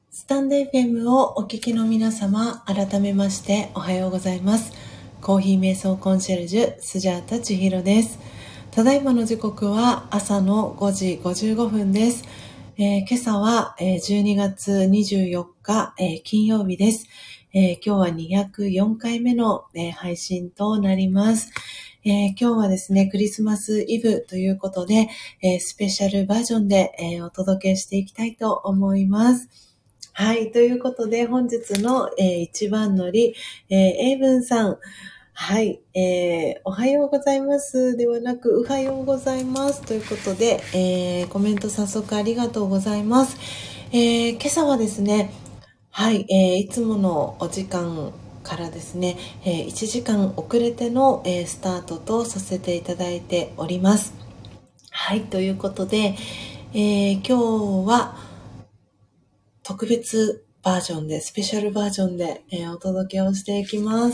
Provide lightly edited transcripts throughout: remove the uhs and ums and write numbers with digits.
スタンド FM をお聞きの皆様、改めましておはようございます。コーヒー瞑想コンシェルジュ、スジャータ千尋です。ただいまの時刻は朝の5時55分です。今朝は12月24日、金曜日です。今日は204回目の配信となります。今日はですね、クリスマスイブということで、スペシャルバージョンでお届けしていきたいと思います。はい。ということで、本日の、一番乗り、英文さん。はい。おはようございますではなく、おはようございますということで、コメント早速ありがとうございます。今朝はですね、はい。いつものお時間からですね、1時間遅れての、スタートとさせていただいております。はい。ということで、今日は、特別バージョンで、スペシャルバージョンで、お届けをしていきます。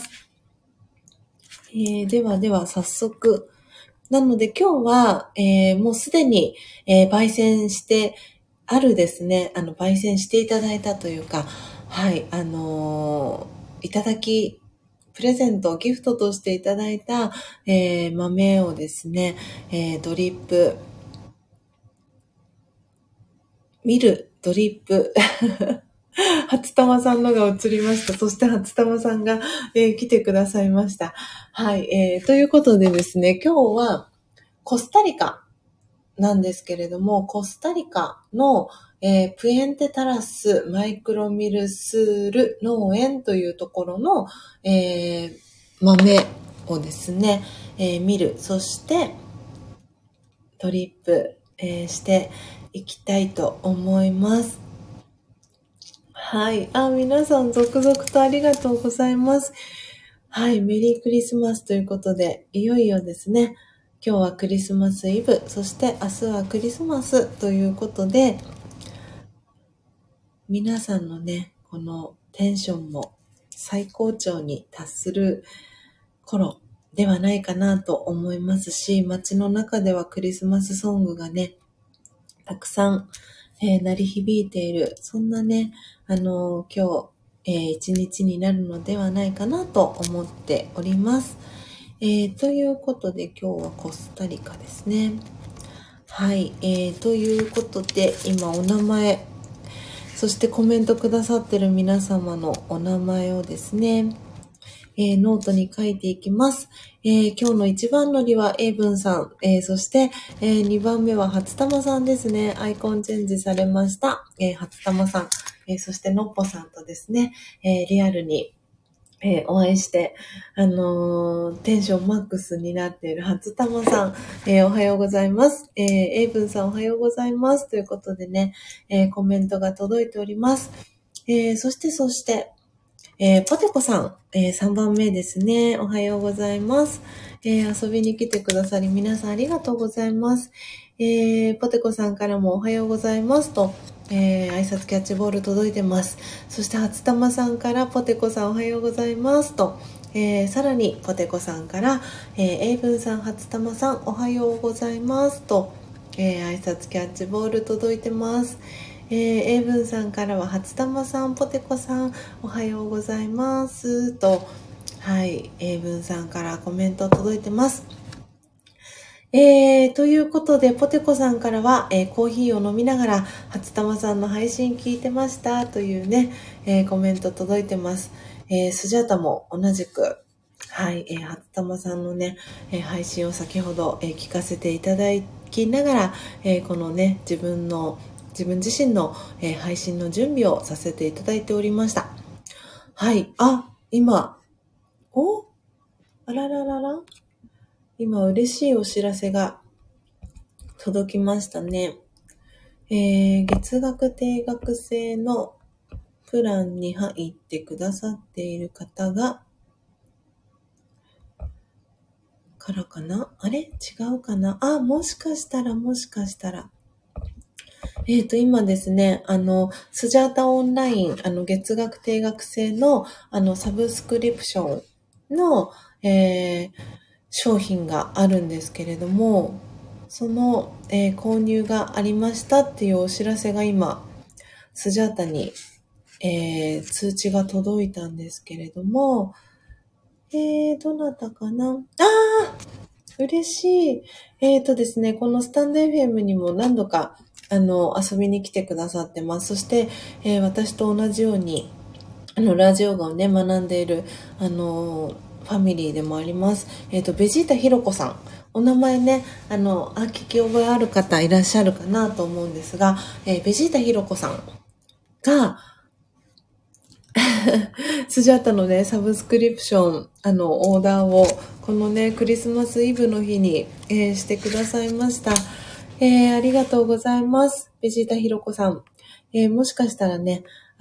では早速。なので今日は、もうすでに、焙煎してあるですね、焙煎していただいたというか、はい、いただき、プレゼント、ギフトとしていただいた、豆をですね、ドリップ、ミル、ドリップ、初玉さんのが映りました。そして初玉さんが、来てくださいました。はい、ということでですね、今日はコスタリカなんですけれども、コスタリカの、プエンテタラスマイクロミルスール農園というところの、豆をですね、見る。そしてドリップ、していきたいと思います。はい。皆さん続々とありがとうございます。はい。メリークリスマスということで、いよいよですね、今日はクリスマスイブ、そして明日はクリスマスということで、皆さんのね、このテンションも最高潮に達する頃ではないかなと思いますし、街の中ではクリスマスソングがね、たくさん、鳴り響いている、そんなね、今日、一日になるのではないかなと思っております。ということで今日はコスタリカですね。はい、ということで今お名前、そしてコメントくださってる皆様のお名前をですね、ノートに書いていきます。今日の一番乗りは英文さん、そして、2番目は初玉さんですね。アイコンチェンジされました。初玉さん、そしてのっぽさんとですね、リアルに、お会いして、テンションマックスになっている初玉さん、おはようございます。英文さんおはようございます。ということでね、コメントが届いております。そして、ポテコさん、3番目ですね。おはようございます。遊びに来てくださり、皆さんありがとうございます。ポテコさんからもおはようございますと、挨拶キャッチボール届いてます。そして初玉さんからポテコさんおはようございますと、さらにポテコさんから、英文さん初玉さんおはようございますと、挨拶キャッチボール届いてます。英文さんからは初玉さん、ポテコさんおはようございますと、はい、英文さんからコメント届いてます。ということで、ポテコさんからは、コーヒーを飲みながら、初玉さんの配信聞いてましたというね、コメント届いてます。スジャータも同じく、はい、初玉さんのね、配信を先ほど、聞かせていただきながら、このね、自分自身の、配信の準備をさせていただいておりました。はい、今、あらららら、今嬉しいお知らせが届きましたね。月額定額制のプランに入ってくださっている方が、からかな？あれ？違うかな？もしかしたら。今ですね、スジャータオンライン、月額定額制の、サブスクリプションの、商品があるんですけれども、その、購入がありましたっていうお知らせが今、スジャータに通知が届いたんですけれども、どなたかな？嬉しい。ですね、このスタンド FM にも何度か、遊びに来てくださってます。そして、私と同じように、ラジオガをね、学んでいる、ファミリーでもあります。ベジータひろこさん。お名前ね、聞き覚えある方いらっしゃるかなと思うんですが、ベジータひろこさんが、スジャータのね、サブスクリプション、オーダーを、このね、クリスマスイブの日に、してくださいました。ありがとうございます。ベジータひろこさん。もしかしたらね、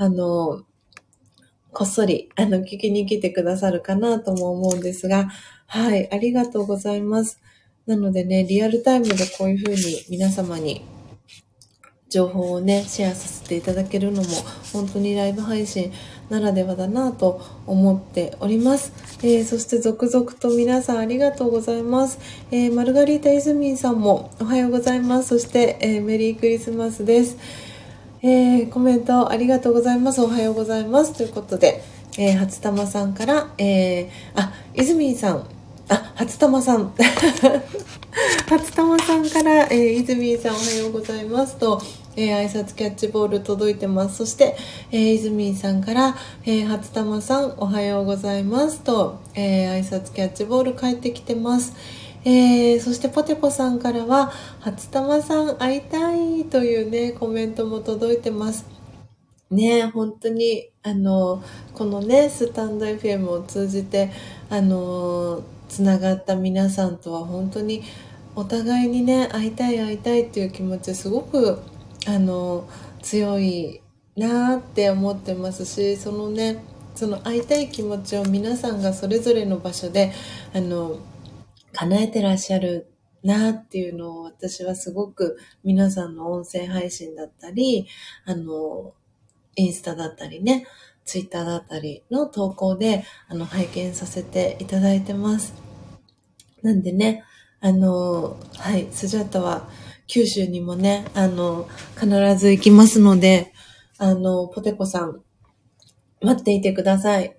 こっそり、聞きに来てくださるかなとも思うんですが、はい、ありがとうございます。なのでね、リアルタイムでこういうふうに皆様に情報をね、シェアさせていただけるのも、本当にライブ配信ならではだなと思っております。そして続々と皆さんありがとうございます。マルガリータ・イズミンさんもおはようございます。そして、メリークリスマスです。コメントありがとうございます。おはようございます。ということで、初玉さんから、イズミンさん、初玉さん。初玉さんから、イズミンさんおはようございますと、挨拶キャッチボール届いてます。そして、イズミンさんから、初玉さんおはようございますと、挨拶キャッチボール返ってきてます。そしてポテコさんからは初玉さん会いたいというねコメントも届いてますね。本当にこのねスタンド FM を通じてつながった皆さんとは本当にお互いにね会いたいっていう気持ちすごく強いなって思ってますし、その会いたい気持ちを皆さんがそれぞれの場所で叶えてらっしゃるなっていうのを私はすごく皆さんの音声配信だったり、インスタだったりね、ツイッターだったりの投稿で拝見させていただいてます。なんでね、はい、スジャータは九州にもね、必ず行きますので、ポテコさん、待っていてください。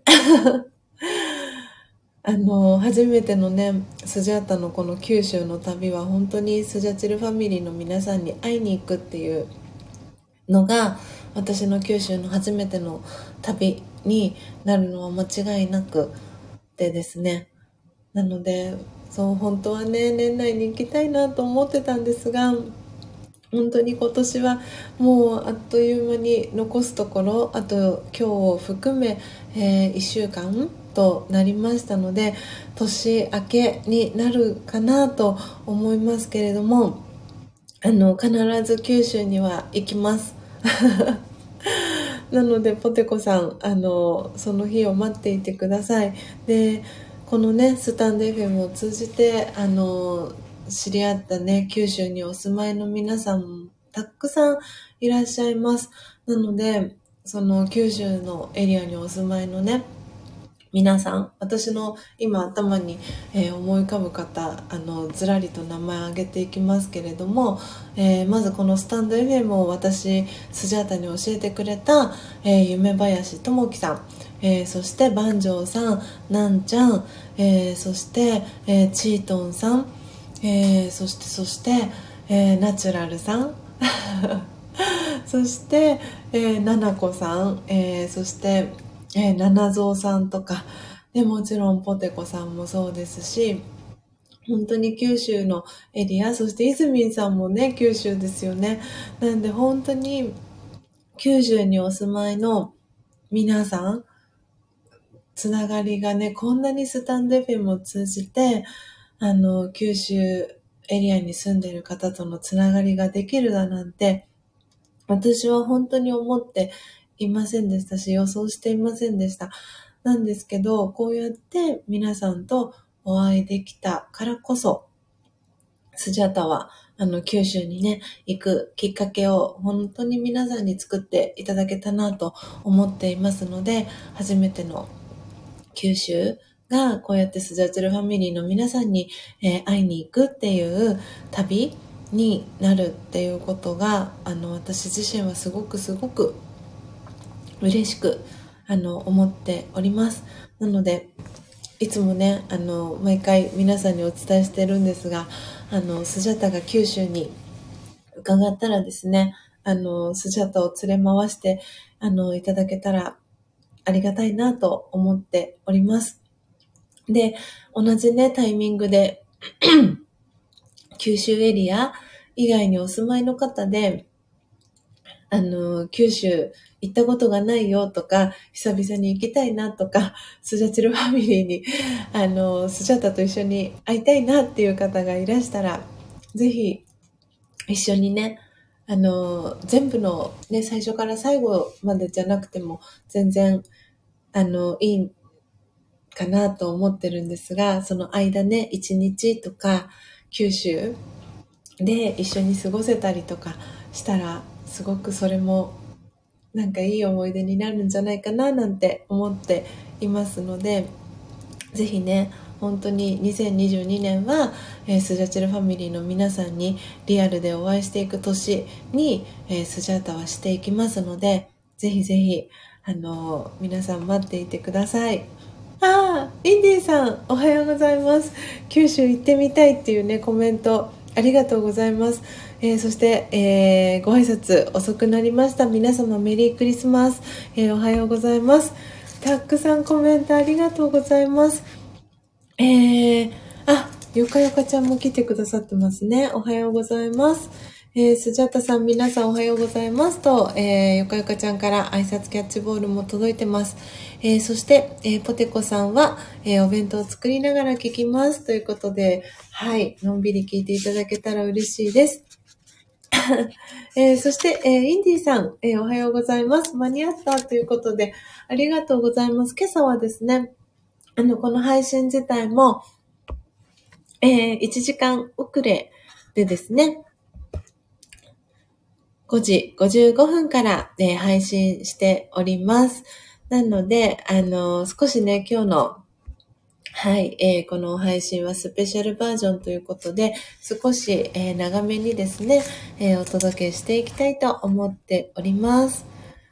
初めてのね、スジャータのこの九州の旅は本当にスジャチルファミリーの皆さんに会いに行くっていうのが私の九州の初めての旅になるのは間違いなくてですね。なので、そう本当はね、年内に行きたいなと思ってたんですが、本当に今年はもうあっという間に残すところあと今日を含め、1週間となりましたので年明けになるかなと思いますけれども必ず九州には行きますなのでポテコさんその日を待っていてください。でこのねスタンド FM を通じて知り合ったね、九州にお住まいの皆さんもたくさんいらっしゃいます。なので、その九州のエリアにお住まいのね、皆さん、私の今頭に、思い浮かぶ方、ずらりと名前を挙げていきますけれども、まずこのスタンド FM を私、スジャータに教えてくれた、夢林智樹さん、そして万丈さん、なんちゃん、そして、チートンさん、そして、ナチュラルさんそして、ななこさん、そして、ななぞうさんとかでもちろんポテコさんもそうですし本当に九州のエリアそしてイズミンさんもね九州ですよね。なんで本当に九州にお住まいの皆さんつながりがねこんなにスタンド FM を通じて九州エリアに住んでいる方とのつながりができるだなんて私は本当に思っていませんでしたし予想していませんでした。なんですけどこうやって皆さんとお会いできたからこそスジャタは九州にね行くきっかけを本当に皆さんに作っていただけたなと思っていますので初めての九州がこうやってスジャチルファミリーの皆さんに、会いに行くっていう旅になるっていうことが私自身はすごく嬉しく、思っております。なので、いつもね、毎回皆さんにお伝えしてるんですが、スジャタが九州に伺ったらですね、スジャタを連れ回して、いただけたらありがたいなと思っております。で、同じね、タイミングで、九州エリア以外にお住まいの方で、九州行ったことがないよとか、久々に行きたいなとか、スジャチルファミリーに、スジャタと一緒に会いたいなっていう方がいらしたら、ぜひ、一緒にね、全部のね、最初から最後までじゃなくても、全然、いいかなと思ってるんですが、その間ね、1日とか、九州で一緒に過ごせたりとかしたら、すごくそれもなんかいい思い出になるんじゃないかななんて思っていますので、ぜひね、本当に2022年は、スジャチルファミリーの皆さんにリアルでお会いしていく年に、スジャータはしていきますので、ぜひぜひ、皆さん待っていてください。インディーさん、おはようございます。九州行ってみたいっていうね、コメント、ありがとうございます。そして、ご挨拶遅くなりました。皆様メリークリスマス。おはようございます。たくさんコメントありがとうございます。よかよかちゃんも来てくださってますね。おはようございます。スジャタさん、皆さんおはようございますと、よかよかちゃんから挨拶キャッチボールも届いてます。そして、ポテコさんは、お弁当を作りながら聞きますということで、はい、のんびり聞いていただけたら嬉しいです。そして、インディさん、おはようございます。間に合ったということで、ありがとうございます。今朝はですね、この配信自体も、1時間遅れでですね、5時55分から、配信しております。なので、少しね、今日の、はい、この配信はスペシャルバージョンということで、少し、長めにですね、お届けしていきたいと思っております。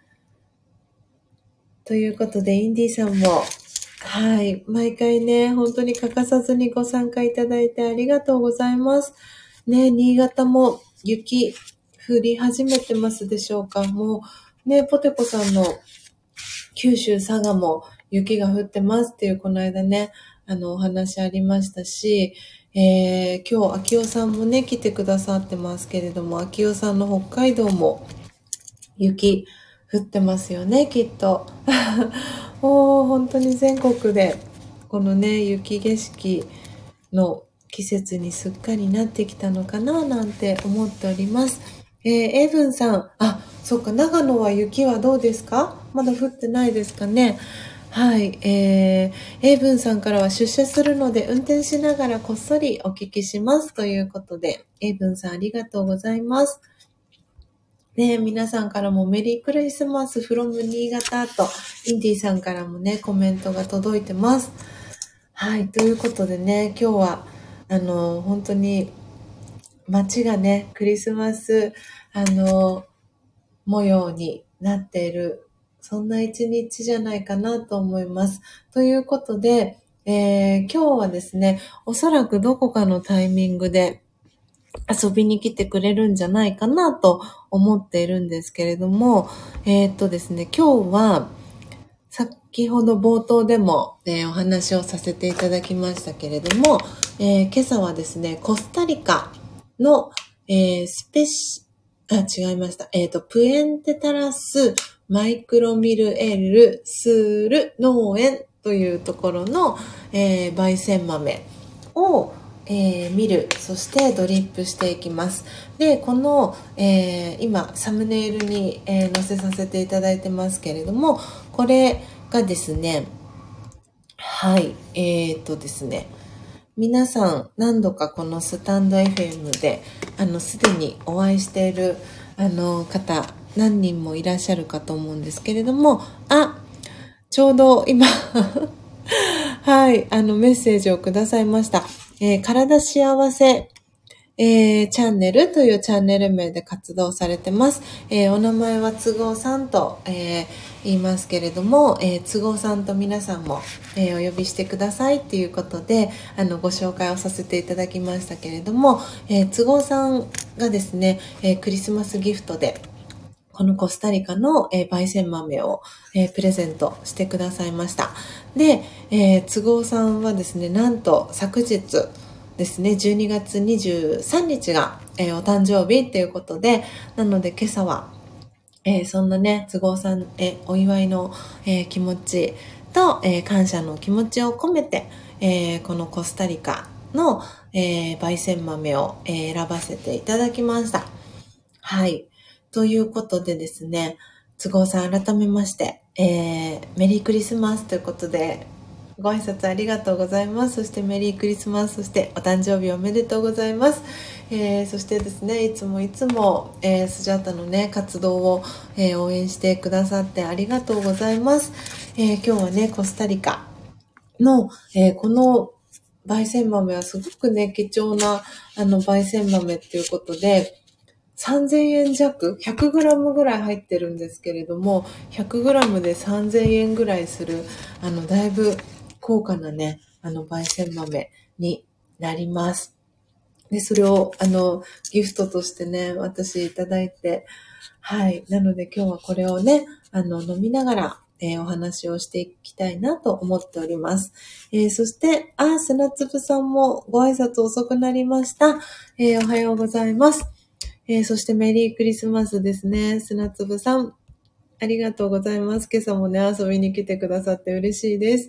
ということで、インディさんも、はい、毎回ね、本当に欠かさずにご参加いただいてありがとうございます。ね、新潟も雪降り始めてますでしょうか。もう、ね、ポテコさんの九州佐賀も雪が降ってますっていうこの間ね、お話ありましたし、今日、秋代さんもね、来てくださってますけれども、秋代さんの北海道も雪降ってますよね、きっと。もう本当に全国で、このね、雪景色の季節にすっかりなってきたのかななんて思っております。エイブンさん、そっか、長野は雪はどうですか？まだ降ってないですかね。はい、エイブンさんからは出社するので運転しながらこっそりお聞きしますということで、エイブンさんありがとうございます。ね、皆さんからもメリークリスマス from 新潟と、インディさんからもね、コメントが届いてます。はい、ということでね、今日は、本当に、街がね、クリスマス、模様になっている、そんな一日じゃないかなと思います。ということで、今日はですね、おそらくどこかのタイミングで遊びに来てくれるんじゃないかなと思っているんですけれども、ですね、今日は、先ほど冒頭でも、お話をさせていただきましたけれども、今朝はですね、コスタリカの、違いました。プエンテタラスマイクロミルエルスール農園というところの、焙煎豆を、見る、そしてドリップしていきます。で、この、今サムネイルに、載せさせていただいてますけれども、これがですね、はい、ですね、皆さん何度かこのスタンド FM ですでにお会いしている方何人もいらっしゃるかと思うんですけれども、ちょうど今はい、メッセージをくださいました。体幸せ、チャンネルというチャンネル名で活動されてます。お名前は都合さんと、 言いますけれども、都合さんと皆さんも、お呼びしてくださいっていうことでご紹介をさせていただきましたけれども、都合さんがですね、クリスマスギフトでこのコスタリカの、焙煎豆を、プレゼントしてくださいました。で、都合さんはですね、なんと昨日ですね、12月23日が、お誕生日ということで、なので今朝は、そんなね、都合さんへお祝いの、気持ちと、感謝の気持ちを込めて、このコスタリカの、焙煎豆を、選ばせていただきました。はい。ということでですね、都合さん改めまして、メリークリスマスということで、ご挨拶ありがとうございます。そしてメリークリスマス、そしてお誕生日おめでとうございます。そしてですね、いつも、スジャータのね、活動を、応援してくださってありがとうございます。今日はね、コスタリカの、この焙煎豆はすごくね、貴重な焙煎豆っていうことで、3000円弱、100g ぐらい入ってるんですけれども、100g で3000円ぐらいする、だいぶ高価なね、焙煎豆になります。で、それを、ギフトとしてね、私いただいて、はい。なので今日はこれをね、飲みながら、お話をしていきたいなと思っております。そして、砂粒さんもご挨拶遅くなりました。おはようございます。そしてメリークリスマスですね。砂粒さん、ありがとうございます。今朝もね、遊びに来てくださって嬉しいです。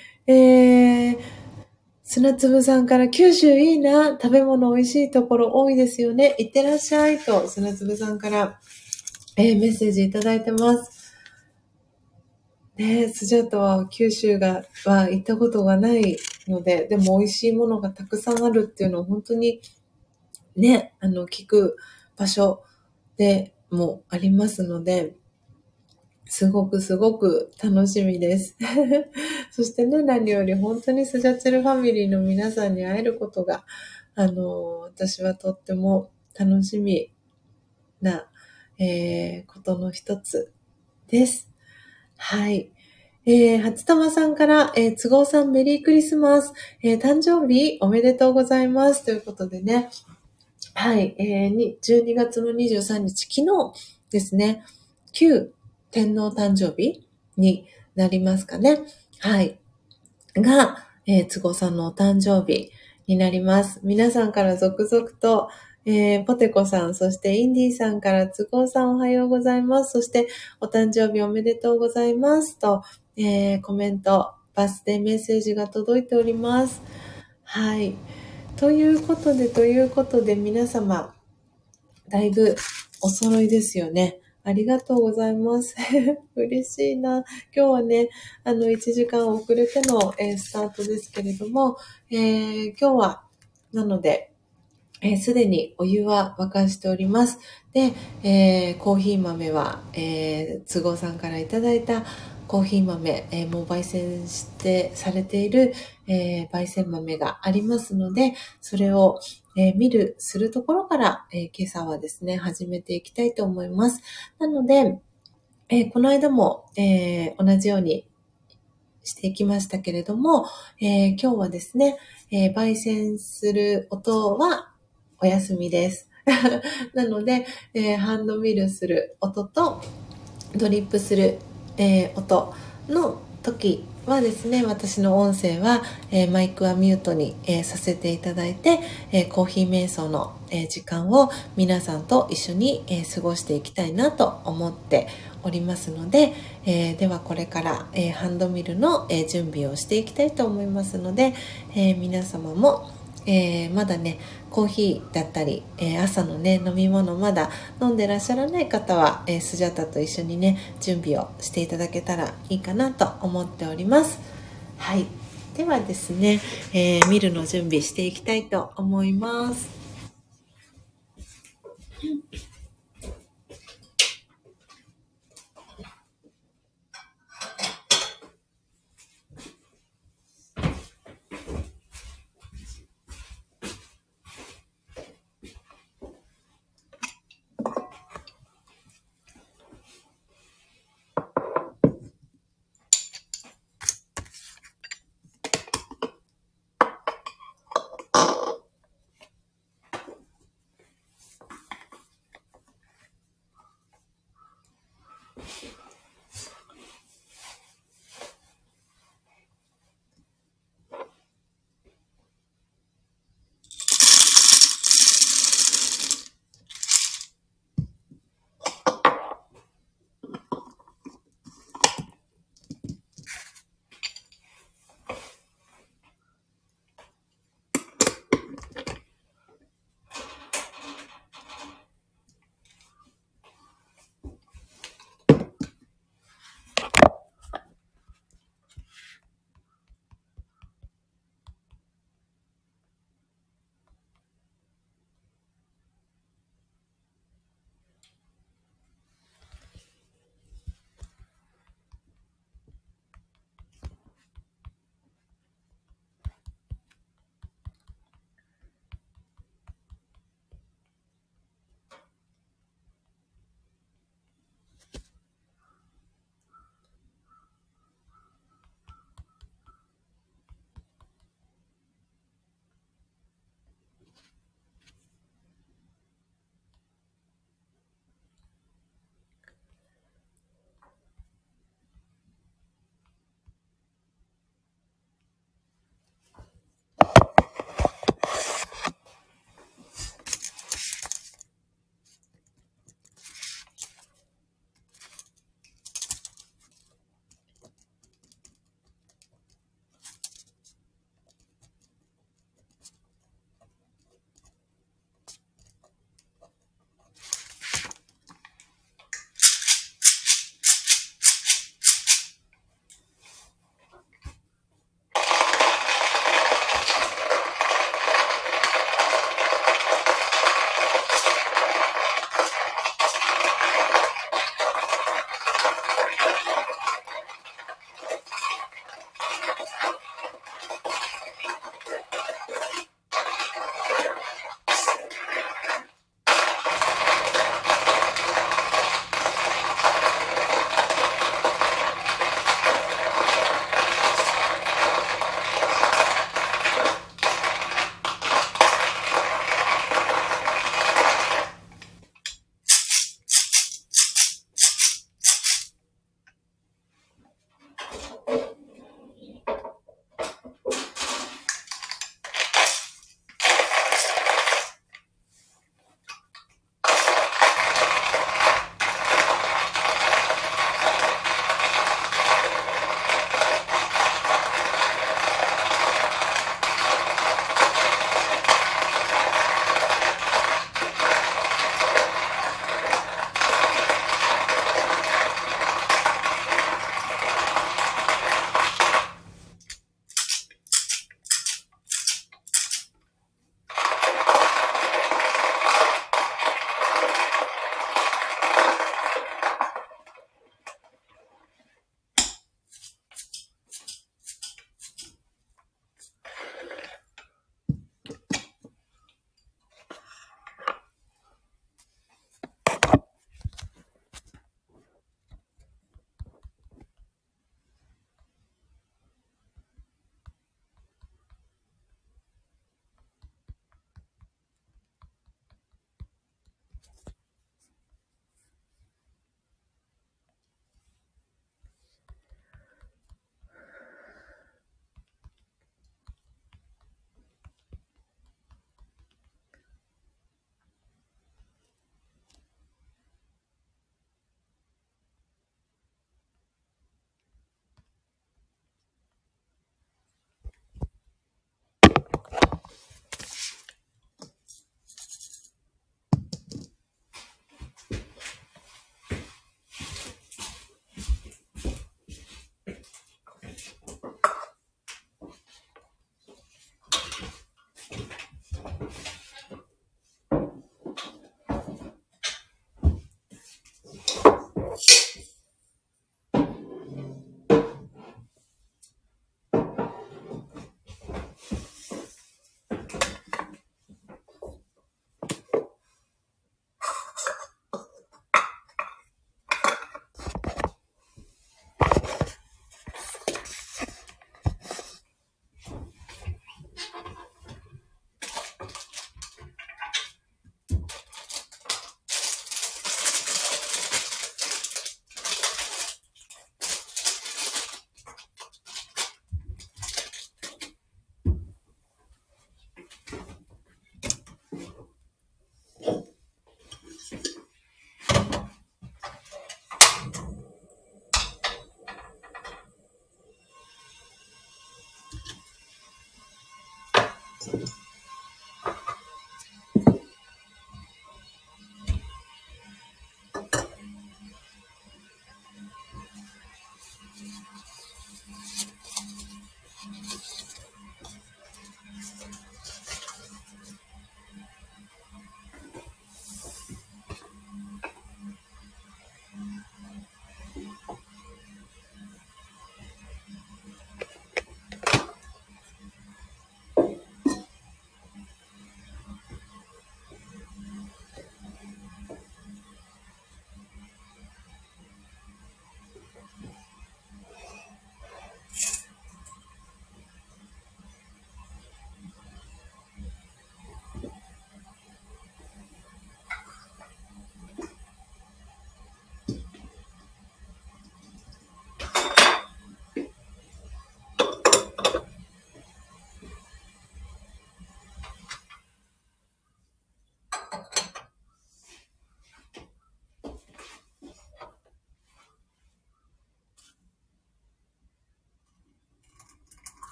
砂粒さんから九州いいな、食べ物美味しいところ多いですよね。いってらっしゃいと砂粒さんから、メッセージいただいてます。ね、スジャータは九州は行ったことがないので、でも美味しいものがたくさんあるっていうのは本当にね、聞く場所でもありますので、すごく楽しみです。そしてね、何より本当にスジャチルファミリーの皆さんに会えることが、私はとっても楽しみな、ことの一つです。はい。初玉さんから、都合さんメリークリスマス、誕生日おめでとうございます。ということでね、はい、12月の23日、昨日ですね、旧天皇誕生日になりますかね。はい。が、都合さんのお誕生日になります。皆さんから続々と、ポテコさん、そしてインディーさんから都合さんおはようございます。そしてお誕生日おめでとうございますと、コメント、バースデーメッセージが届いております。はい。ということで皆様、だいぶお揃いですよね。ありがとうございます。嬉しいな。今日はね、1時間遅れての、スタートですけれども、今日は、なので、すでにお湯は沸かしております。で、コーヒー豆は、都合さんからいただいたコーヒー豆、もう焙煎されている、焙煎豆がありますので、それを、するところから、今朝はですね、始めていきたいと思います。なので、この間も、同じようにしていきましたけれども、今日はですね、焙煎する音はお休みです。なので、ハンドミルする音とドリップする、音の時はですね、私の音声は、マイクはミュートに、させていただいて、コーヒー瞑想の、時間を皆さんと一緒に、過ごしていきたいなと思っておりますので、ではこれから、ハンドミルの、準備をしていきたいと思いますので、皆様もまだね、コーヒーだったり、朝のね、飲み物まだ飲んでらっしゃらない方は、スジャタと一緒にね、準備をしていただけたらいいかなと思っております。はい。ではですね、ミルの準備していきたいと思います。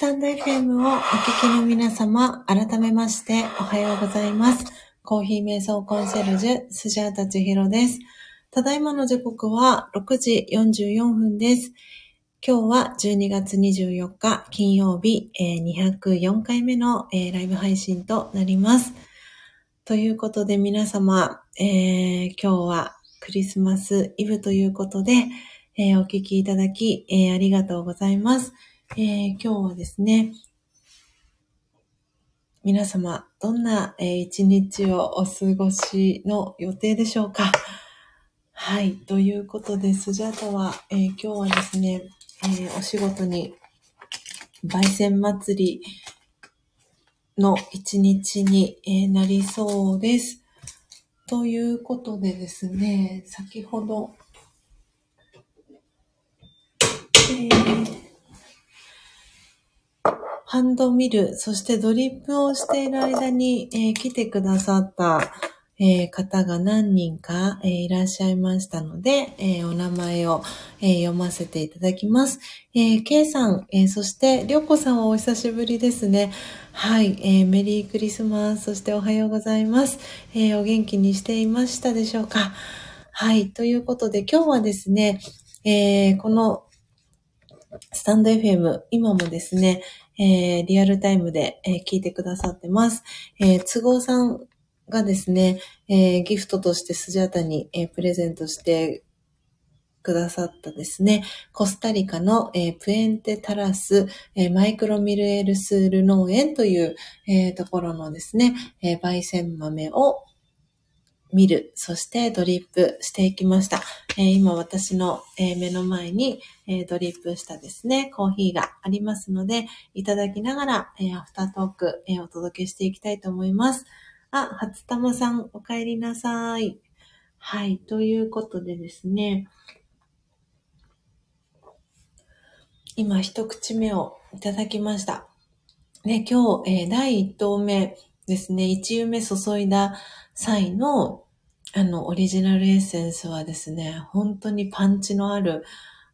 タンド FM をお聞きの皆様、改めましておはようございます。コーヒー瞑想コンシェルジュ、スジャータ千尋です。ただいまの時刻は6時44分です。今日は12月24日金曜日、204回目の、ライブ配信となります。ということで皆様、今日はクリスマスイブということで、お聞きいただき、ありがとうございます。今日はですね、皆様どんな、一日をお過ごしの予定でしょうか。はい、ということでスジャータは、今日はですね、お仕事に焙煎祭りの一日に、なりそうです。ということでですね、先ほど、ハンドミル、そしてドリップをしている間に、来てくださった、方が何人か、いらっしゃいましたので、お名前を、読ませていただきます。K さん、そしてりょうこさんはお久しぶりですね。はい、メリークリスマス、そしておはようございます。お元気にしていましたでしょうか。はい、ということで今日はですね、このスタンド FM、今もですね、リアルタイムで、聞いてくださってます。都合さんがですね、ギフトとしてスジャータに、プレゼントしてくださったですね、コスタリカの、プエンテタラス、マイクロミルエルスール農園という、ところのですね、焙煎豆を見る、そしてドリップしていきました。今私の、目の前に、ドリップしたですね、コーヒーがありますので、いただきながら、アフタートーク、お届けしていきたいと思います。初玉さん、お帰りなさい。はい、ということでですね、今一口目をいただきました。で、今日、第一投目ですね、一湯目注いだ際の、オリジナルエッセンスはですね、本当にパンチのある、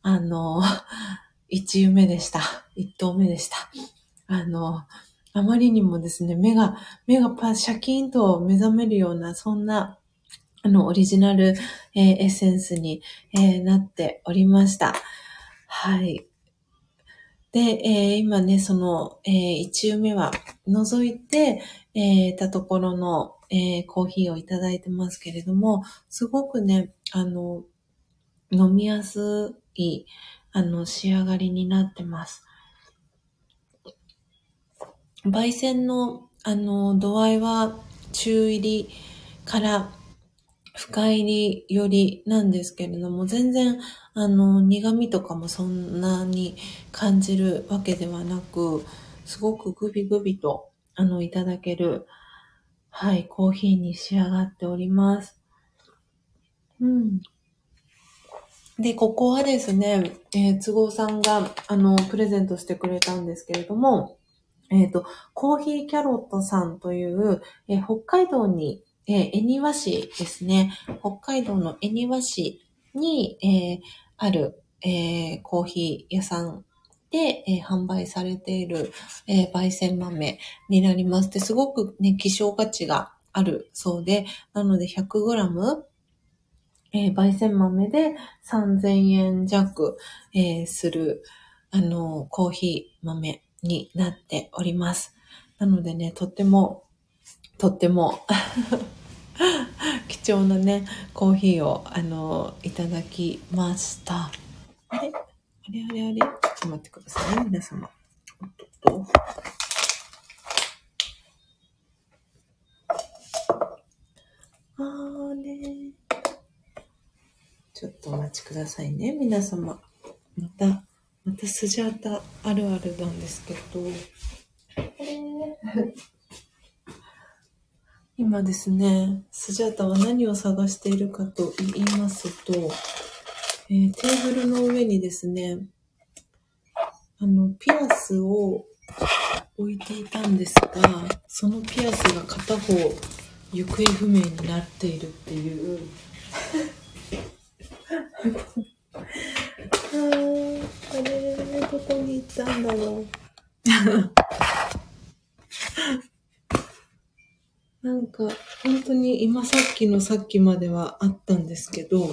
一湯目でした。一投目でした。あまりにもですね、目がシャキーンと目覚めるような、そんな、オリジナル、エッセンスに、なっておりました。はい。で、今ね、その、一湯目は除いて、たところの、コーヒーをいただいてますけれども、すごくね、飲みやすい、仕上がりになってます。焙煎の、度合いは中入りから深入りよりなんですけれども、全然、苦味とかもそんなに感じるわけではなく、すごくグビグビと、いただける、はい、コーヒーに仕上がっております。うん。で、ここはですね、都合さんが、プレゼントしてくれたんですけれども、コーヒーキャロットさんという、北海道に、恵庭市ですね。北海道の恵庭市に、ある、コーヒー屋さんで、販売されている、焙煎豆になります。で、すごくね、希少価値があるそうで、なので 100g、焙煎豆で3000円弱、する、コーヒー豆になっております。なのでね、とっても貴重なね、コーヒーを、いただきました。あれちょっと待ってくださいね、皆様。ちょっとお待ちくださいね、皆様。またスジャータあるあるなんですけど、今ですね、スジャータは何を探しているかと言いますと、テーブルの上にですね、ピアスを置いていたんですが、そのピアスが片方行方不明になっているっていう。あれ、どこに行ったんだろう。 なんか、本当に今さっきまではあったんですけど、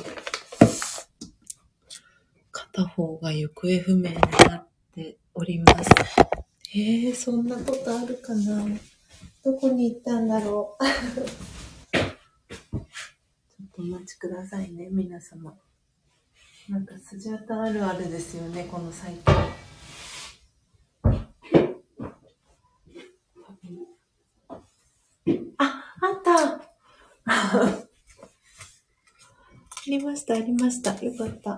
片方が行方不明になっております。そんなことあるかな？どこに行ったんだろう。ちょっとお待ちくださいね、皆様。なんかスジャータあるあるですよね、この最近。あったありました。よかった。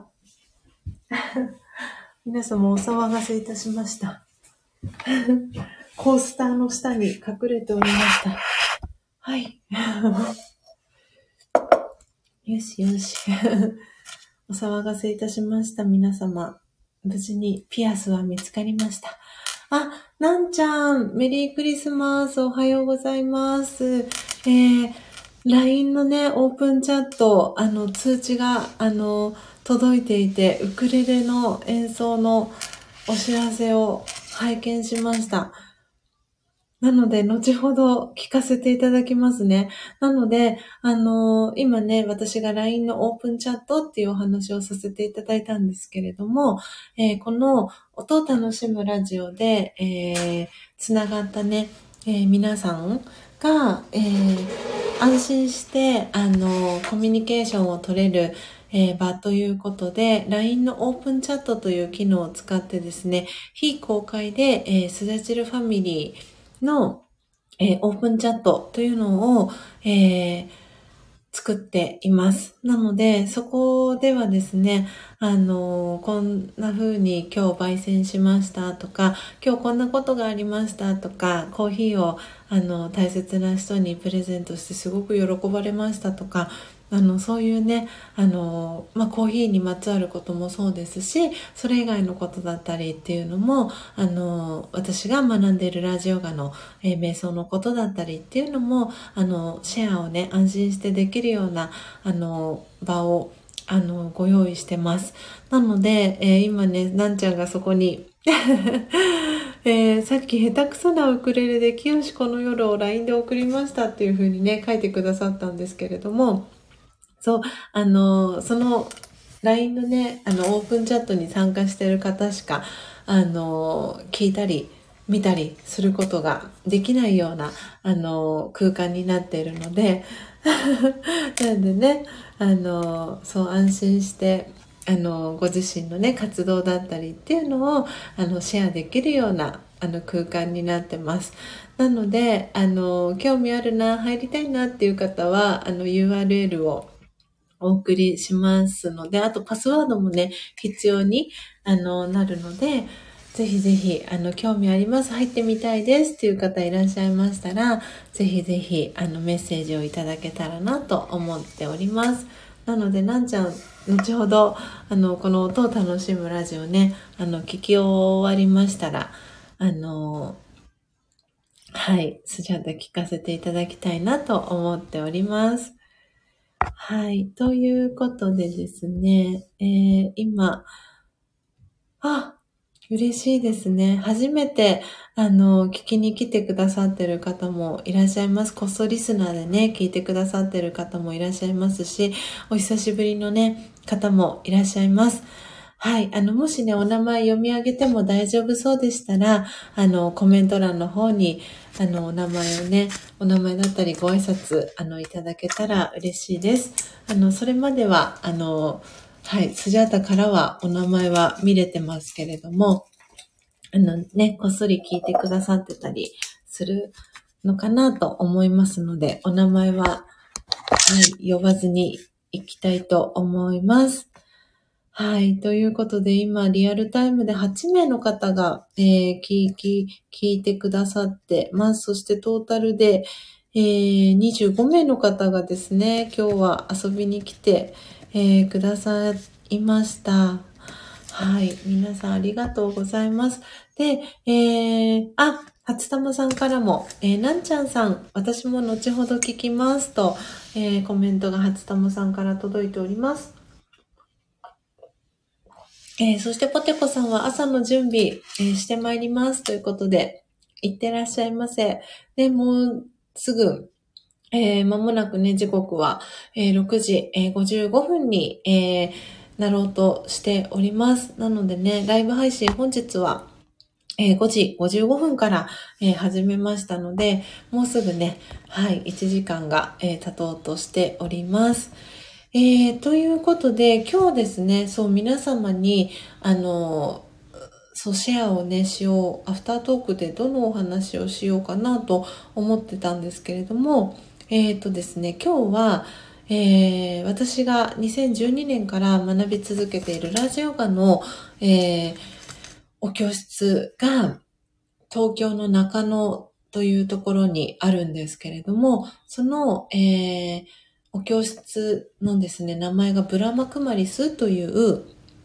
皆様お騒がせいたしました。コースターの下に隠れておりました。はい。よし。お騒がせいたしました。皆様。無事にピアスは見つかりました。あ、なんちゃん、メリークリスマス、おはようございます。LINE のね、オープンチャット、通知が、届いていて、ウクレレの演奏のお知らせを拝見しました。なので、後ほど聞かせていただきますね。なので、今ね、私が LINE のオープンチャットっていうお話をさせていただいたんですけれども、この音を楽しむラジオで、つながったね、皆さんが、安心して、コミュニケーションを取れる、場ということで、LINE のオープンチャットという機能を使ってですね、非公開で、スダチルファミリー、の、オープンチャットというのを、作っています。なので、そこではですね、こんな風に今日焙煎しましたとか、今日こんなことがありましたとか、コーヒーを、大切な人にプレゼントしてすごく喜ばれましたとか、そういうね、コーヒーにまつわることもそうですし、それ以外のことだったりっていうのも、私が学んでいるラジオガの、瞑想のことだったりっていうのも、シェアをね、安心してできるような、場を、ご用意してます。なので、今ね、なんちゃんがそこに、さっき下手くそなウクレレで清この夜を LINE で送りましたっていう風にね、書いてくださったんですけれども、そう、その LINE のね、オープンチャットに参加している方しか、聞いたり、見たりすることができないような、空間になっているので、なんでね、そう、安心して、ご自身のね、活動だったりっていうのを、シェアできるような、空間になってます。なので、興味あるな、入りたいなっていう方は、URL をお送りしますので、あとパスワードもね、必要に、なるので、ぜひぜひ、興味あります、入ってみたいですっていう方いらっしゃいましたら、ぜひぜひ、メッセージをいただけたらなと思っております。なので、なんちゃん、後ほど、この音を楽しむラジオね、聞き終わりましたら、はい、スジャータ聞かせていただきたいなと思っております。はい。ということでですね、今、嬉しいですね。初めて、聞きに来てくださってる方もいらっしゃいます。こっそリスナーでね、聞いてくださってる方もいらっしゃいますし、お久しぶりのね、方もいらっしゃいます。はい。もしね、お名前読み上げても大丈夫そうでしたら、コメント欄の方に、お名前をね、お名前だったりご挨拶、いただけたら嬉しいです。それまでは、はい、スジャータからはお名前は見れてますけれども、こっそり聞いてくださってたりするのかなと思いますので、お名前は、はい、呼ばずに行きたいと思います。はい。ということで、今、リアルタイムで8名の方が、聞いてくださってます。そして、トータルで、25名の方がですね、今日は遊びに来て、くださいました。はい。皆さんありがとうございます。で、初玉さんからも、なんちゃんさん、私も後ほど聞きますと、コメントが初玉さんから届いております。 そしてポテコさんは朝の準備、してまいりますということで、いってらっしゃいませ。で、もうすぐ、間もなくね、時刻は、6時、55分に、なろうとしております。なのでね、ライブ配信本日は、5時55分から、始めましたので、もうすぐね、はい、1時間が、経とうとしております。ということで、今日ですね、そう、皆様に、そう、シェアをね、しよう。アフタートークでどのお話をしようかなと思ってたんですけれども、ですね、今日は、私が2012年から学び続けているラジオガの、お教室が東京の中野というところにあるんですけれども、その、お教室のですね、名前がブラマクマリスという、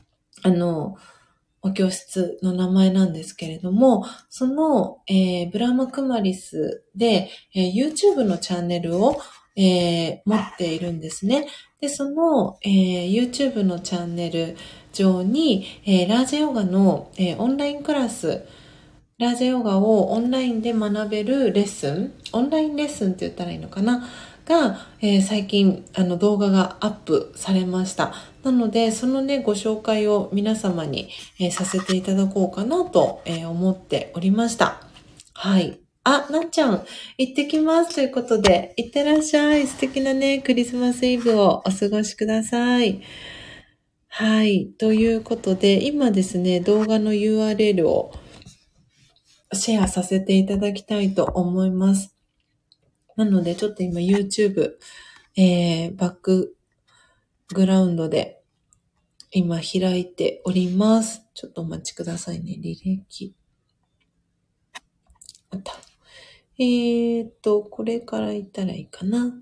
お教室の名前なんですけれども、その、ブラマクマリスで、YouTube のチャンネルを、持っているんですね。で、その、YouTube のチャンネル上に、ラージャヨガの、オンラインクラス、ラージャヨガをオンラインで学べるレッスン、オンラインレッスンって言ったらいいのかなが、最近動画がアップされました。なので、そのね、ご紹介を皆様に、させていただこうかなと、思っておりました。はい。あ、なっちゃん、行ってきますということで、行ってらっしゃい。素敵なね、クリスマスイブをお過ごしください。はい。ということで、今ですね、動画の URL をシェアさせていただきたいと思います。なので、ちょっと今 YouTube、バックグラウンドで今開いております。ちょっとお待ちくださいね。履歴。あった。これから言ったらいいかな。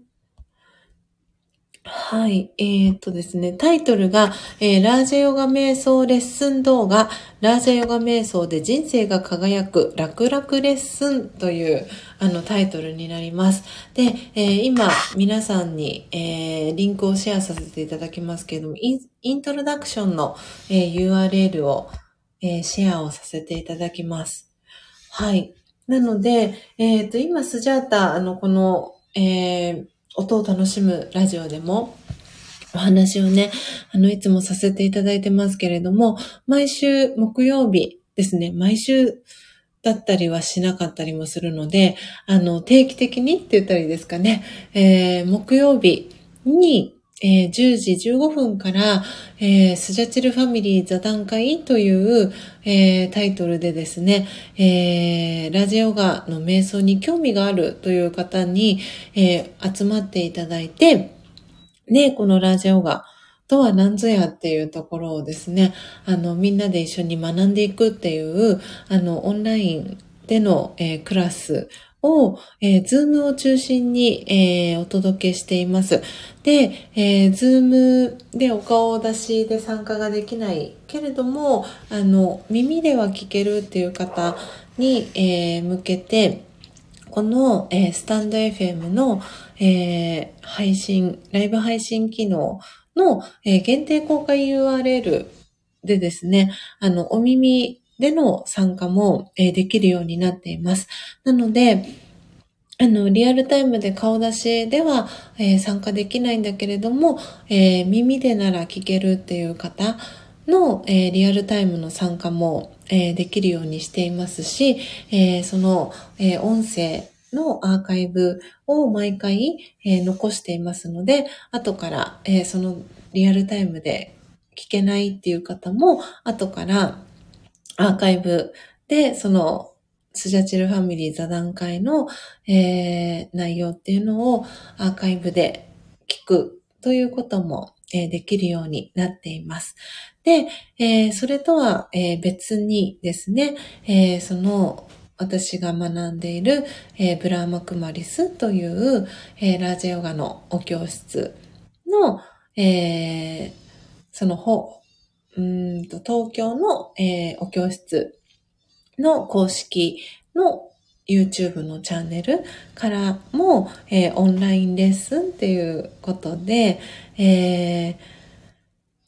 はい。ですね、タイトルが、ラージャヨガ瞑想レッスン動画、ラージャヨガ瞑想で人生が輝く楽々レッスンというタイトルになります。で、今皆さんに、リンクをシェアさせていただきますけれども、イントロダクションの、URL を、シェアをさせていただきます。はい。なので、今スジャータ、この、音を楽しむラジオでもお話をね、いつもさせていただいてますけれども、毎週木曜日ですね、毎週だったりはしなかったりもするので、定期的にって言ったらいいですかね、木曜日に、10時15分から、スジャチルファミリー座談会という、タイトルでですね、ラジオガの瞑想に興味があるという方に、集まっていただいて、で、このラジオガとは何ぞやっていうところをですね、みんなで一緒に学んでいくっていう、オンラインでの、クラスを、ズームを中心に、お届けしています。で、ズームでお顔出しで参加ができないけれども、耳では聞けるっていう方に、向けて、この、スタンド FM の、配信、ライブ配信機能の、限定公開 URL でですね、お耳での参加も、できるようになっています。なので、リアルタイムで顔出しでは、参加できないんだけれども、耳でなら聞けるっていう方の、リアルタイムの参加も、できるようにしていますし、その、音声のアーカイブを毎回、残していますので、後から、そのリアルタイムで聞けないっていう方も、後からアーカイブで、そのスジャチルファミリー座談会の、内容っていうのをアーカイブで聞くということも、できるようになっています。で、それとは、別にですね、その私が学んでいる、ブラーマクマリスという、ラージャヨガのお教室の、その東京の、お教室の公式の YouTube のチャンネルからも、オンラインレッスンっていうことで、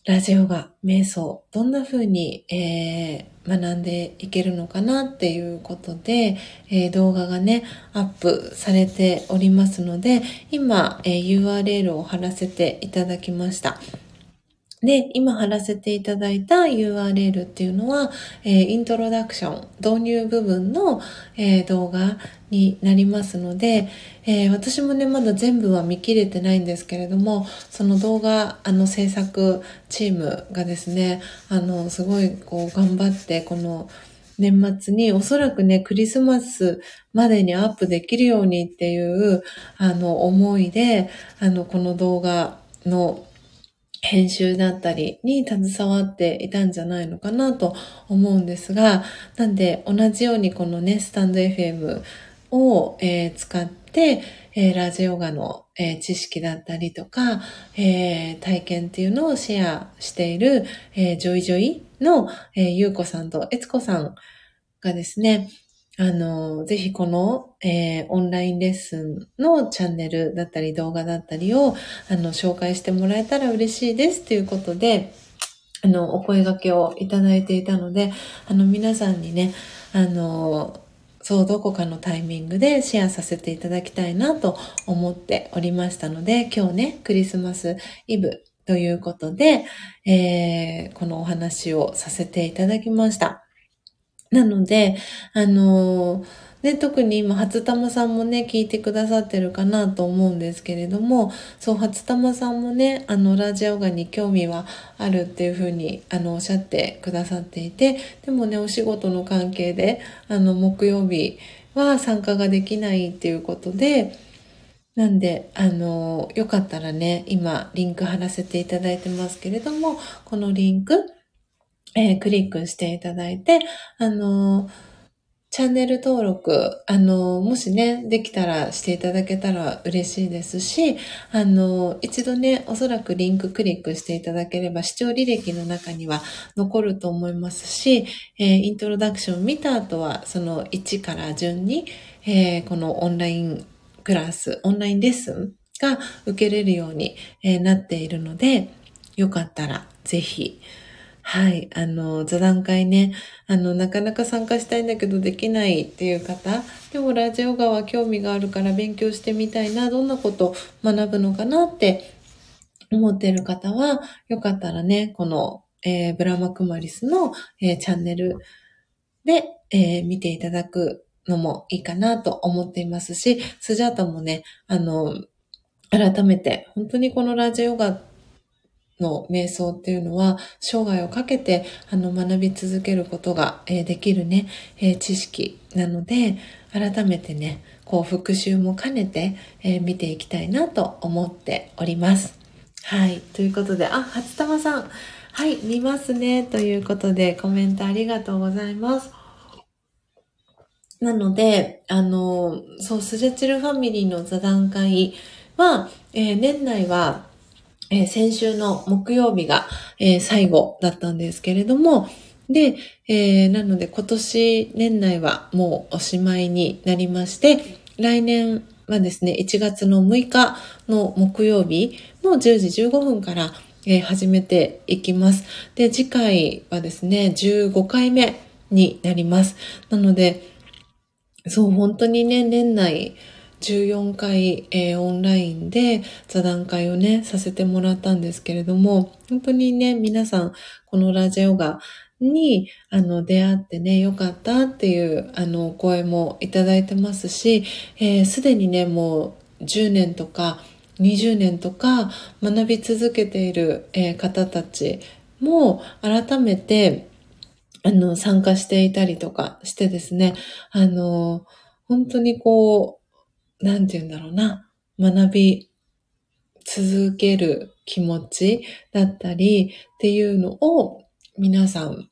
ラジオが瞑想、どんな風に、学んでいけるのかなっていうことで、動画がね、アップされておりますので、今、URL を貼らせていただきました。で、今貼らせていただいた URL っていうのは、イントロダクション、導入部分の、動画になりますので、私もね、まだ全部は見切れてないんですけれども、その動画、制作チームがですね、すごい、頑張って、この、年末におそらくね、クリスマスまでにアップできるようにっていう、思いで、この動画の編集だったりに携わっていたんじゃないのかなと思うんですが、なんで同じようにこのね、スタンド FM を、使って、ラジオガの、知識だったりとか、体験っていうのをシェアしている、ジョイジョイの、ゆうこさんとえつこさんがですね、ぜひこの、オンラインレッスンのチャンネルだったり動画だったりを、紹介してもらえたら嬉しいですということで、お声掛けをいただいていたので、皆さんにね、そう、どこかのタイミングでシェアさせていただきたいなと思っておりましたので、今日ね、クリスマスイブということで、このお話をさせていただきました。なので、ね、特に今、初玉さんもね、聞いてくださってるかなと思うんですけれども、そう、初玉さんもね、ラジオガに興味はあるっていうふうに、おっしゃってくださっていて、でもね、お仕事の関係で、木曜日は参加ができないっていうことで、なんで、よかったらね、今、リンク貼らせていただいてますけれども、このリンク、クリックしていただいて、チャンネル登録、もしね、できたらしていただけたら嬉しいですし、一度ね、おそらくリンククリックしていただければ、視聴履歴の中には残ると思いますし、イントロダクション見た後は、その1から順に、このオンラインクラス、オンラインレッスンが受けれるように、なっているので、よかったらぜひ、はい。座談会ね、なかなか参加したいんだけどできないっていう方、でもラジオ側は興味があるから勉強してみたいな、どんなこと学ぶのかなって思っている方は、よかったらね、この、ブラマクマリスの、チャンネルで、見ていただくのもいいかなと思っていますし、スジャータもね、改めて、本当にこのラジオがの瞑想っていうのは生涯をかけて学び続けることができるね、知識なので、改めてね、復習も兼ねて見ていきたいなと思っております。はい。ということで、初玉さん。はい、見ますね。ということで、コメントありがとうございます。なので、そう、スジャチルファミリーの座談会は、年内は、先週の木曜日が、最後だったんですけれども、で、なので今年年内はもうおしまいになりまして、来年はですね、1月の6日の木曜日の10時15分から、始めていきます。で、次回はですね、15回目になります。なので、そう、本当にね、年内14回、オンラインで座談会をね、させてもらったんですけれども、本当にね、皆さん、このラジオガに、出会ってね、よかったっていう、お声もいただいてますし、すでにね、もう10年とか20年とか学び続けている、方たちも改めて、参加していたりとかしてですね、本当になんて言うんだろうな、学び続ける気持ちだったりっていうのを皆さん、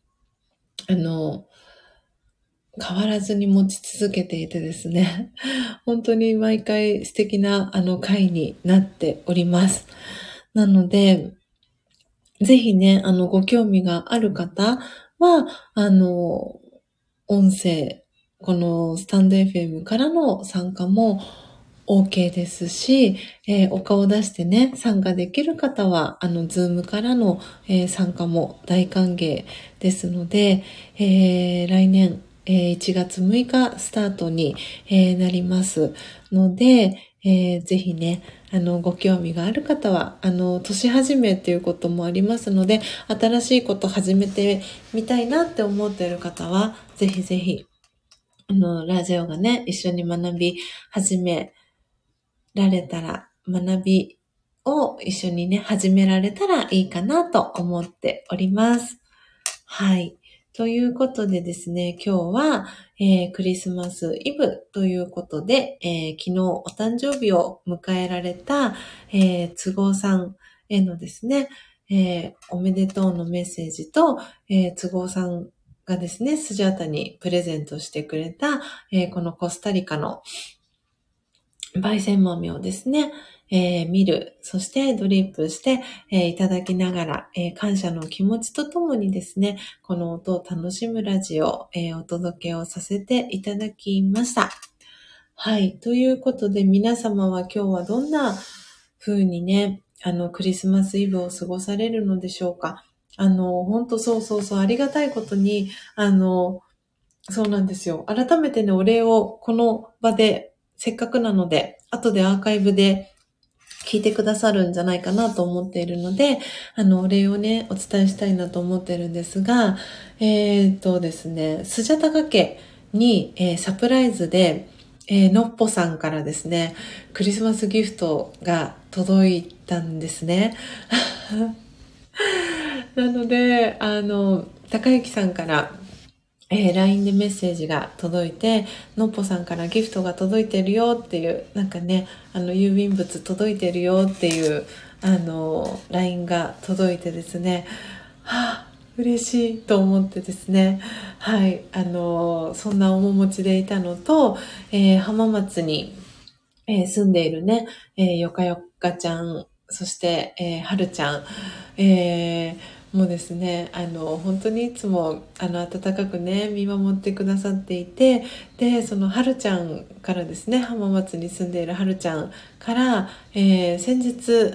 変わらずに持ち続けていてですね、本当に毎回素敵な会になっております。なので、ぜひね、ご興味がある方は、音声、このスタンド FM からの参加も OK ですし、お顔を出してね、参加できる方は、ズームからの、参加も大歓迎ですので、来年、1月6日スタートに、なりますので、ぜひね、ご興味がある方は、年始めっていうこともありますので、新しいこと始めてみたいなって思っている方は、ぜひぜひ、ラジオがね、一緒に学び始められたら、学びを一緒にね、始められたらいいかなと思っております。はい。ということでですね、今日は、クリスマスイブということで、昨日お誕生日を迎えられた、都合さんへのですね、おめでとうのメッセージと、都合さんがですね、スジャータにプレゼントしてくれた、このコスタリカの焙煎豆をですね、見る、そしてドリップして、いただきながら、感謝の気持ちとともにですね、この音を楽しむラジオを、お届けをさせていただきました。はい。ということで皆様は今日はどんな風にね、クリスマスイブを過ごされるのでしょうか。本当そう、ありがたいことに、そうなんですよ。改めてね、お礼をこの場で、せっかくなので、後でアーカイブで聞いてくださるんじゃないかなと思っているので、お礼をね、お伝えしたいなと思っているんですが、ですね、スジャタガ家に、サプライズで、のっぽさんからですね、クリスマスギフトが届いたんですね。なので、高幸さんから、LINE でメッセージが届いて、のっぽさんからギフトが届いてるよっていう、なんかね、郵便物届いてるよっていう、LINE が届いてですね、嬉しいと思ってですね、はい、そんな面持ちでいたのと、浜松に、住んでいるね、よかよかちゃん、そして、はるちゃん、もうですね、本当にいつも、温かくね、見守ってくださっていて、で、そのはるちゃんからですね、浜松に住んでいるはるちゃんから、先日、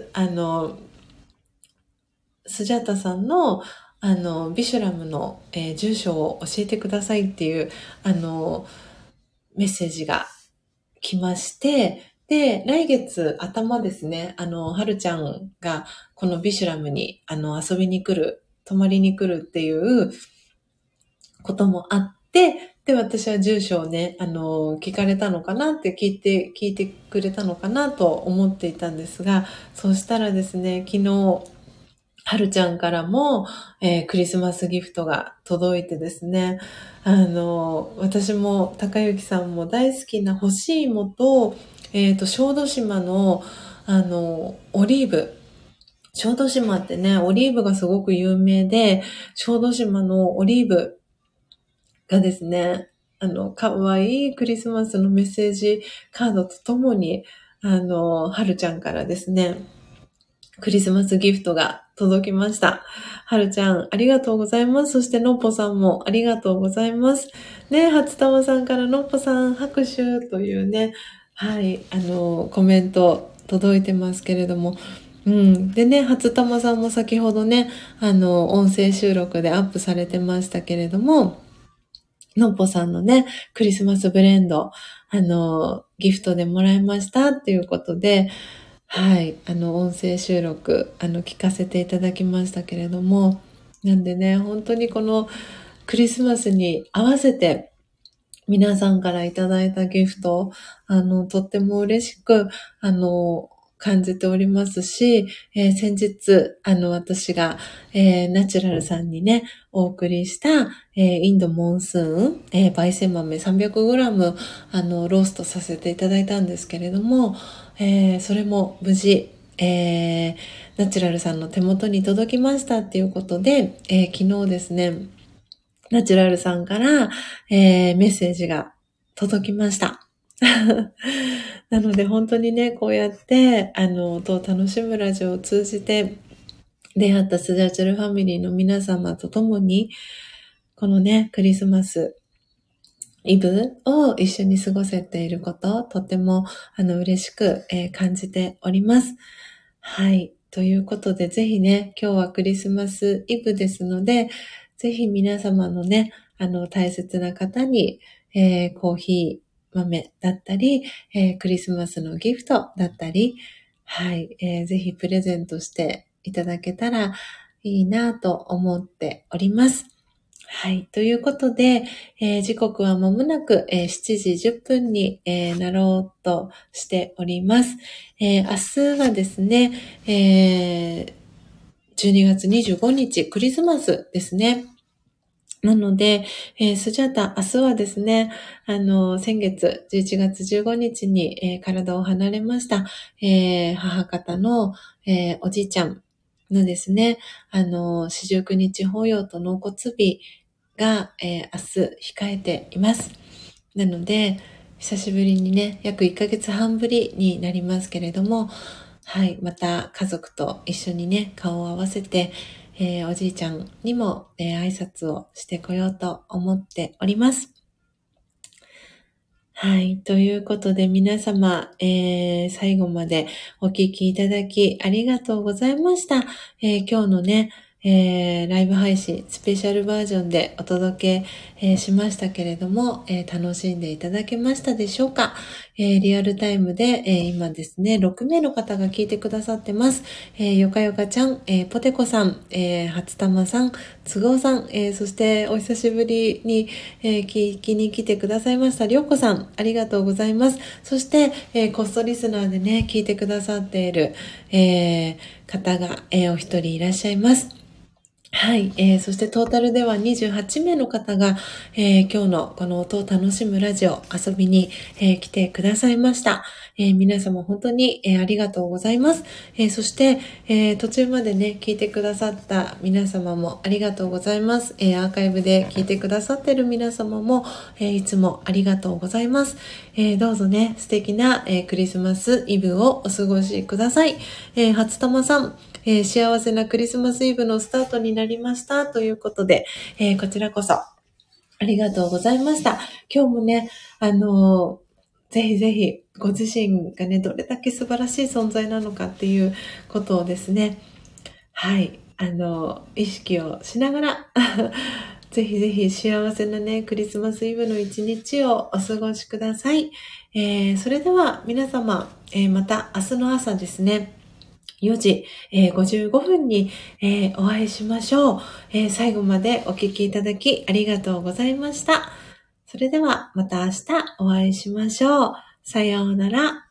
スジャータさんの、ビシュラムの、住所を教えてくださいっていう、メッセージが来まして、で、来月頭ですね、はるちゃんがこのビシュラムに、遊びに来る、泊まりに来るっていうこともあって、で、私は住所をね、聞かれたのかなって聞いてくれたのかなと思っていたんですが、そうしたらですね、昨日、はるちゃんからも、クリスマスギフトが届いてですね、私も高幸さんも大好きな干し芋と、小豆島の、オリーブ。小豆島ってね、オリーブがすごく有名で、小豆島のオリーブがですね、かわいいクリスマスのメッセージカードとともに、はるちゃんからですね、クリスマスギフトが届きました。はるちゃん、ありがとうございます。そして、のっぽさんもありがとうございます。ね、初玉さんからのっぽさん拍手というね、はい、コメント届いてますけれども、うん。でね、初玉さんも先ほどね、音声収録でアップされてましたけれども、のっぽさんのね、クリスマスブレンド、ギフトでもらいましたっていうことで、はい、音声収録、聞かせていただきましたけれども、なんでね、本当にこのクリスマスに合わせて、皆さんからいただいたギフト、とっても嬉しく、感じておりますし、先日、私が、ナチュラルさんにね、お送りした、インドモンスーン、焙煎豆 300g、ローストさせていただいたんですけれども、それも無事、ナチュラルさんの手元に届きましたっていうことで、昨日ですね、ナチュラルさんから、メッセージが届きました。なので本当にね、こうやって、音を楽しむラジオを通じて出会ったスジャチュルファミリーの皆様と共に、このね、クリスマスイブを一緒に過ごせていること、とても嬉しく、感じております。はい。ということで、ぜひね、今日はクリスマスイブですので、ぜひ皆様のね、大切な方に、コーヒー豆だったり、クリスマスのギフトだったり、はい、ぜひプレゼントしていただけたらいいなと思っております。はい。ということで、時刻は間もなく、7時10分に、なろうとしております。明日はですね、12月25日、クリスマスですね。なので、スジャータ、明日はですね、先月11月15日に、体を離れました、母方の、おじいちゃんのですね、四十九日法要と納骨日が、明日控えています。なので、久しぶりにね、約1ヶ月半ぶりになりますけれども、はい、また家族と一緒にね、顔を合わせて、おじいちゃんにも、挨拶をしてこようと思っております。はい。ということで皆様、最後までお聞きいただきありがとうございました。今日のね、ライブ配信スペシャルバージョンでお届け、しましたけれども、楽しんでいただけましたでしょうか。リアルタイムで、今ですね、6名の方が聞いてくださってます。よかよかちゃん、ポテコさん、初玉さん、つごうさん、そしてお久しぶりに、聞きに来てくださいましたりょうこさん、ありがとうございます。そして、こっそリスナーでね、聞いてくださっている、方が、お一人いらっしゃいます。はい、そしてトータルでは28名の方が、今日のこの音を楽しむラジオ遊びに、来てくださいました。皆様本当に、ありがとうございます。そして、途中までね、聞いてくださった皆様もありがとうございます。アーカイブで聞いてくださっている皆様も、いつもありがとうございます。どうぞね、素敵な、クリスマスイブをお過ごしください。初玉さん、幸せなクリスマスイブのスタートになりましたということで、こちらこそありがとうございました。今日もね、ぜひぜひご自身がね、どれだけ素晴らしい存在なのかっていうことをですね、はい、意識をしながらぜひぜひ幸せなね、クリスマスイブの一日をお過ごしください。それでは皆様、また明日の朝ですね、4時、55分に、お会いしましょう。最後までお聞きいただきありがとうございました。それではまた明日お会いしましょう。さようなら。